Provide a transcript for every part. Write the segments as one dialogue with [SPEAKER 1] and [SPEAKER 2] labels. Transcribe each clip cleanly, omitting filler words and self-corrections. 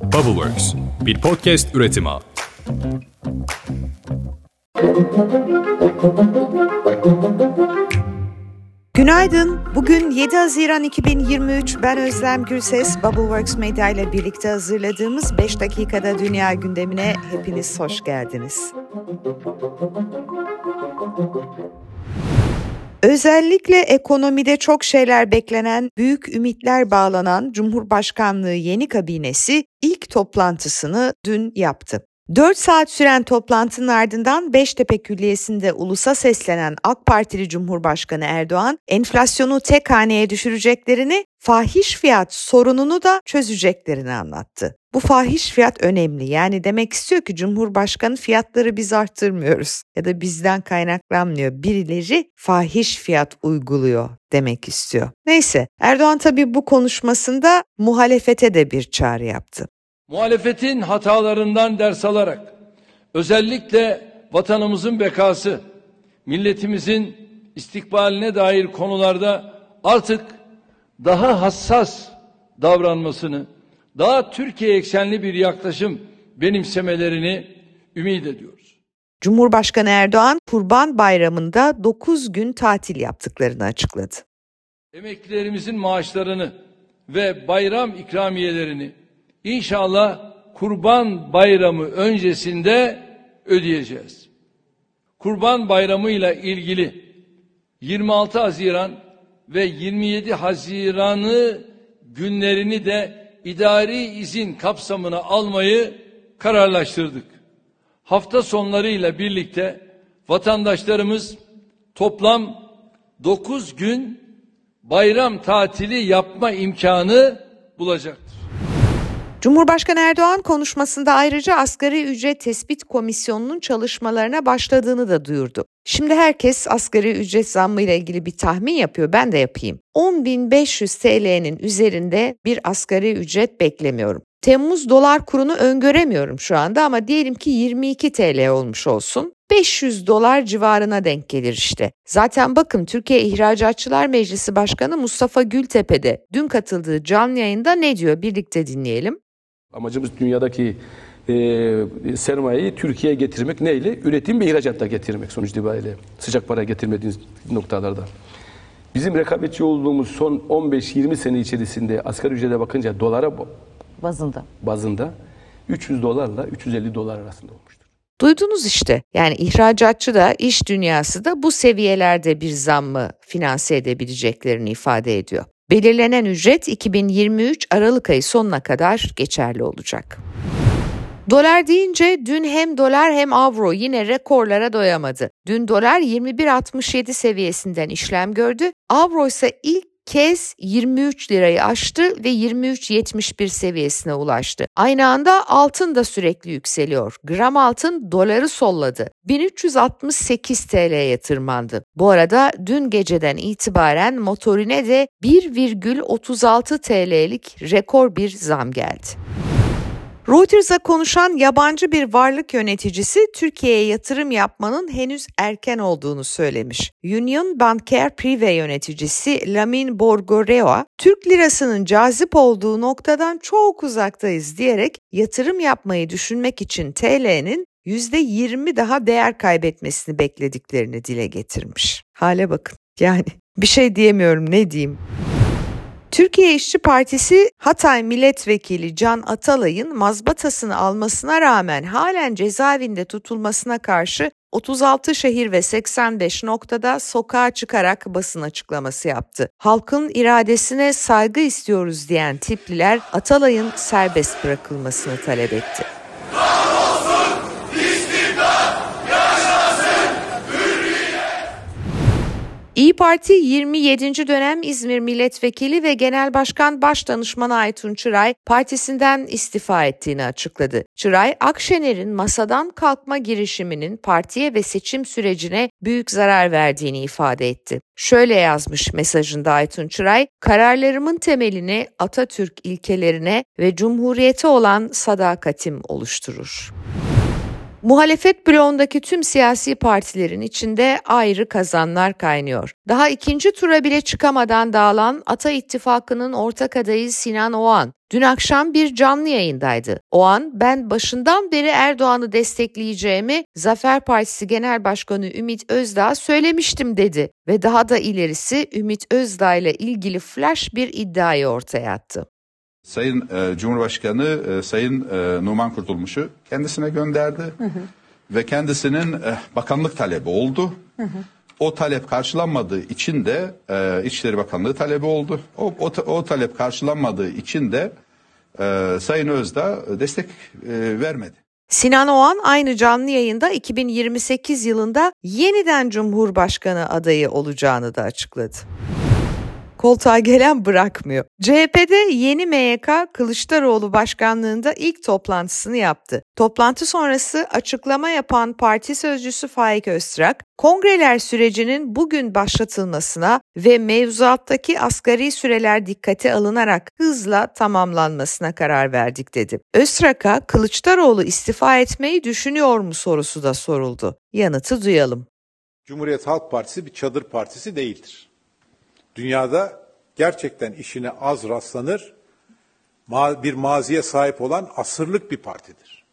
[SPEAKER 1] Bubbleworks, bir podcast üretimi.
[SPEAKER 2] Günaydın. Bugün 7 Haziran 2023. Ben Özlem Gürses. Bubbleworks Medya ile birlikte hazırladığımız 5 dakikada dünya gündemine hepiniz hoş geldiniz. Özellikle ekonomide çok şeyler beklenen, büyük ümitler bağlanan Cumhurbaşkanlığı yeni kabinesi ilk toplantısını dün yaptı. 4 saat süren toplantının ardından Beştepe Külliyesi'nde ulusa seslenen AK Partili Cumhurbaşkanı Erdoğan, enflasyonu tek haneye düşüreceklerini, fahiş fiyat sorununu da çözeceklerini anlattı. Bu fahiş fiyat önemli. Yani demek istiyor ki Cumhurbaşkanı fiyatları biz arttırmıyoruz ya da bizden kaynaklanmıyor. Birileri fahiş fiyat uyguluyor demek istiyor. Neyse, Erdoğan tabii bu konuşmasında muhalefete de bir çağrı yaptı.
[SPEAKER 3] Muhalefetin hatalarından ders alarak özellikle vatanımızın bekası, milletimizin istikbaline dair konularda artık daha hassas davranmasını, daha Türkiye eksenli bir yaklaşım benimsemelerini ümit ediyoruz.
[SPEAKER 2] Cumhurbaşkanı Erdoğan, Kurban Bayramı'nda 9 gün tatil yaptıklarını açıkladı.
[SPEAKER 3] Emeklilerimizin maaşlarını ve bayram ikramiyelerini İnşallah Kurban Bayramı öncesinde ödeyeceğiz. Kurban Bayramı ile ilgili 26 Haziran ve 27 Haziran'ı günlerini de idari izin kapsamına almayı kararlaştırdık. Hafta sonlarıyla birlikte vatandaşlarımız toplam 9 gün bayram tatili yapma imkanı bulacaktır.
[SPEAKER 2] Cumhurbaşkanı Erdoğan konuşmasında ayrıca asgari ücret tespit komisyonunun çalışmalarına başladığını da duyurdu. Şimdi herkes asgari ücret zammı ile ilgili bir tahmin yapıyor, ben de yapayım. 10.500 TL'nin üzerinde bir asgari ücret beklemiyorum. Temmuz dolar kurunu öngöremiyorum şu anda ama diyelim ki 22 TL olmuş olsun. 500 dolar civarına denk gelir işte. Zaten bakın Türkiye İhracatçılar Meclisi Başkanı Mustafa Gültepe de dün katıldığı canlı yayında ne diyor? Birlikte dinleyelim.
[SPEAKER 4] Amacımız dünyadaki sermayeyi Türkiye'ye getirmek neyle? Üretim ve ihracatla getirmek sonuç itibariyle. Sıcak para getirmediğiniz noktalarda. Bizim rekabetçi olduğumuz son 15-20 sene içerisinde asgari ücrete bakınca dolara bazında 300 dolarla 350 dolar arasında olmuştur.
[SPEAKER 2] Duydunuz işte. Yani ihracatçı da iş dünyası da bu seviyelerde bir zammı finanse edebileceklerini ifade ediyor. Belirlenen ücret 2023 Aralık ayı sonuna kadar geçerli olacak. Dolar deyince dün hem dolar hem avro yine rekorlara doyamadı. Dün dolar 21.67 seviyesinden işlem gördü. Avro ise ilk kez 23 lirayı aştı ve 23.71 seviyesine ulaştı. Aynı anda altın da sürekli yükseliyor. Gram altın doları solladı. 1368 TL'ye tırmandı. Bu arada dün geceden itibaren motorine de 1,36 TL'lik rekor bir zam geldi. Reuters'a konuşan yabancı bir varlık yöneticisi Türkiye'ye yatırım yapmanın henüz erken olduğunu söylemiş. Union Bancaire Privé yöneticisi Lamin Borgoreau, Türk lirasının cazip olduğu noktadan çok uzaktayız diyerek yatırım yapmayı düşünmek için TL'nin %20 daha değer kaybetmesini beklediklerini dile getirmiş. Hale bakın. Yani bir şey diyemiyorum, ne diyeyim? Türkiye İşçi Partisi Hatay Milletvekili Can Atalay'ın mazbatasını almasına rağmen halen cezaevinde tutulmasına karşı 36 şehir ve 85 noktada sokağa çıkarak basın açıklaması yaptı. Halkın iradesine saygı istiyoruz diyen tipliler Atalay'ın serbest bırakılmasını talep etti. İYİ Parti 27. dönem İzmir Milletvekili ve Genel Başkan Başdanışmanı Aytun Çıray partisinden istifa ettiğini açıkladı. Çıray, Akşener'in masadan kalkma girişiminin partiye ve seçim sürecine büyük zarar verdiğini ifade etti. Şöyle yazmış mesajında Aytun Çıray, kararlarımın temelini Atatürk ilkelerine ve Cumhuriyete olan sadakatim oluşturur. Muhalefet bloğundaki tüm siyasi partilerin içinde ayrı kazanlar kaynıyor. Daha ikinci tura bile çıkamadan dağılan Ata İttifakı'nın ortak adayı Sinan Oğan, dün akşam bir canlı yayındaydı. Oğan, ben başından beri Erdoğan'ı destekleyeceğimi Zafer Partisi Genel Başkanı Ümit Özdağ'a söylemiştim dedi ve daha da ilerisi Ümit Özdağ ile ilgili flash bir iddiayı ortaya attı.
[SPEAKER 5] Sayın Cumhurbaşkanı Sayın Numan Kurtulmuş'u kendisine gönderdi ve kendisinin bakanlık talebi oldu. O talep karşılanmadığı için de İçişleri Bakanlığı talebi oldu. O talep karşılanmadığı için de Sayın Özdağ destek vermedi.
[SPEAKER 2] Sinan Oğan aynı canlı yayında 2028 yılında yeniden Cumhurbaşkanı adayı olacağını da açıkladı. Koltuğa gelen bırakmıyor. CHP'de yeni MYK Kılıçdaroğlu başkanlığında ilk toplantısını yaptı. Toplantı sonrası açıklama yapan parti sözcüsü Faik Öztrak, kongreler sürecinin bugün başlatılmasına ve mevzuattaki asgari süreler dikkate alınarak hızla tamamlanmasına karar verdik dedi. Öztrak'a Kılıçdaroğlu istifa etmeyi düşünüyor mu sorusu da soruldu. Yanıtı duyalım.
[SPEAKER 6] Cumhuriyet Halk Partisi bir çadır partisi değildir. Dünyada gerçekten işine az rastlanır, bir maziye sahip olan asırlık bir partidir.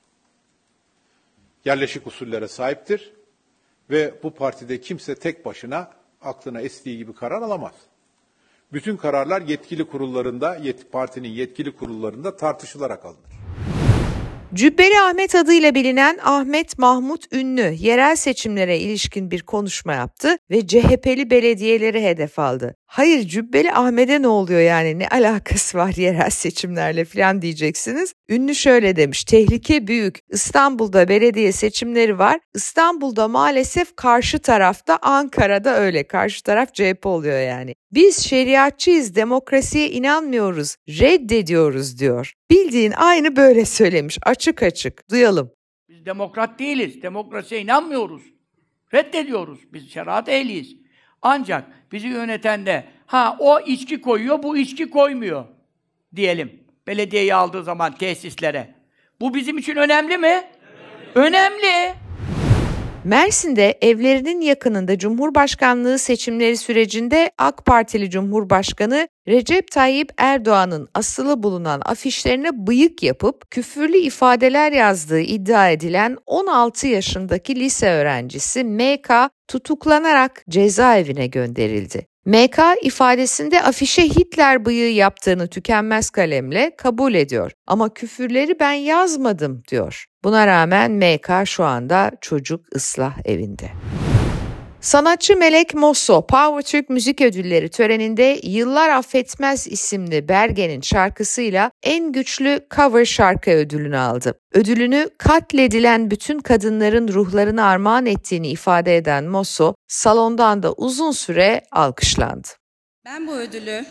[SPEAKER 6] Yerleşik usullere sahiptir ve bu partide kimse tek başına aklına estiği gibi karar alamaz. Bütün kararlar yetkili kurullarında, partinin yetkili kurullarında tartışılarak alınır.
[SPEAKER 2] Cübbeli Ahmet adıyla bilinen Ahmet Mahmut Ünlü yerel seçimlere ilişkin bir konuşma yaptı ve CHP'li belediyeleri hedef aldı. Hayır, Cübbeli Ahmet'e ne oluyor yani, ne alakası var yerel seçimlerle falan diyeceksiniz. Ünlü şöyle demiş: tehlike büyük. İstanbul'da belediye seçimleri var. İstanbul'da maalesef karşı tarafta, Ankara'da öyle. Karşı taraf CHP oluyor yani. Biz şeriatçıyız, demokrasiye inanmıyoruz, reddediyoruz diyor. Bildiğin aynı böyle söylemiş, açık açık. Duyalım.
[SPEAKER 7] Biz demokrat değiliz, demokrasiye inanmıyoruz, reddediyoruz. Biz şeriat ehliyiz. Ancak bizi yöneten de o içki koyuyor, bu içki koymuyor diyelim. Belediyeyi aldığı zaman tesislere. Bu bizim için önemli mi? Önemli.
[SPEAKER 2] Mersin'de evlerinin yakınında Cumhurbaşkanlığı seçimleri sürecinde AK Partili Cumhurbaşkanı Recep Tayyip Erdoğan'ın asılı bulunan afişlerine bıyık yapıp küfürlü ifadeler yazdığı iddia edilen 16 yaşındaki lise öğrencisi MK tutuklanarak cezaevine gönderildi. MK ifadesinde afişe Hitler bıyığı yaptığını tükenmez kalemle kabul ediyor ama küfürleri ben yazmadım diyor. Buna rağmen MK şu anda çocuk ıslah evinde. Sanatçı Melek Mosso, Power Türk Müzik Ödülleri töreninde Yıllar Affetmez isimli Bergen'in şarkısıyla en güçlü cover şarkı ödülünü aldı. Ödülünü katledilen bütün kadınların ruhlarını armağan ettiğini ifade eden Mosso, salondan da uzun süre alkışlandı.
[SPEAKER 8] Ben bu ödülü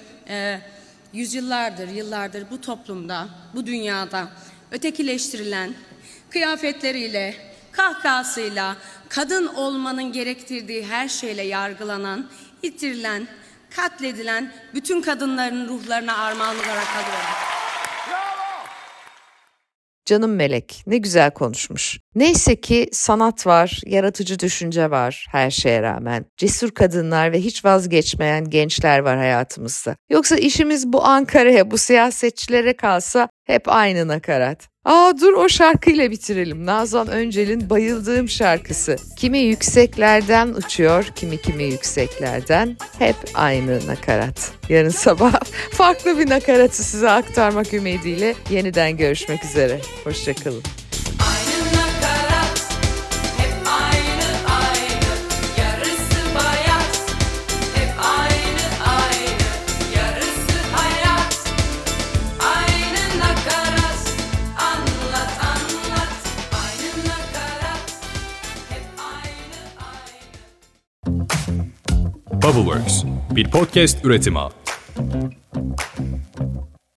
[SPEAKER 8] yıllardır bu toplumda, bu dünyada ötekileştirilen, kıyafetleriyle, kahkahasıyla, kadın olmanın gerektirdiği her şeyle yargılanan, ittirilen, katledilen bütün kadınların ruhlarına armağan olarak alıyorum.
[SPEAKER 2] Canım Melek, ne güzel konuşmuş. Neyse ki sanat var, yaratıcı düşünce var her şeye rağmen. Cesur kadınlar ve hiç vazgeçmeyen gençler var hayatımızda. Yoksa işimiz bu Ankara'ya, bu siyasetçilere kalsa hep aynı nakarat. Dur o şarkıyla bitirelim. Nazan Öncel'in bayıldığım şarkısı. Kimi yükseklerden uçuyor, kimi yükseklerden. Hep aynı nakarat. Yarın sabah farklı bir nakaratı size aktarmak ümidiyle yeniden görüşmek üzere. Hoşçakalın.
[SPEAKER 1] Bubbleworks, bir podcast üretimi.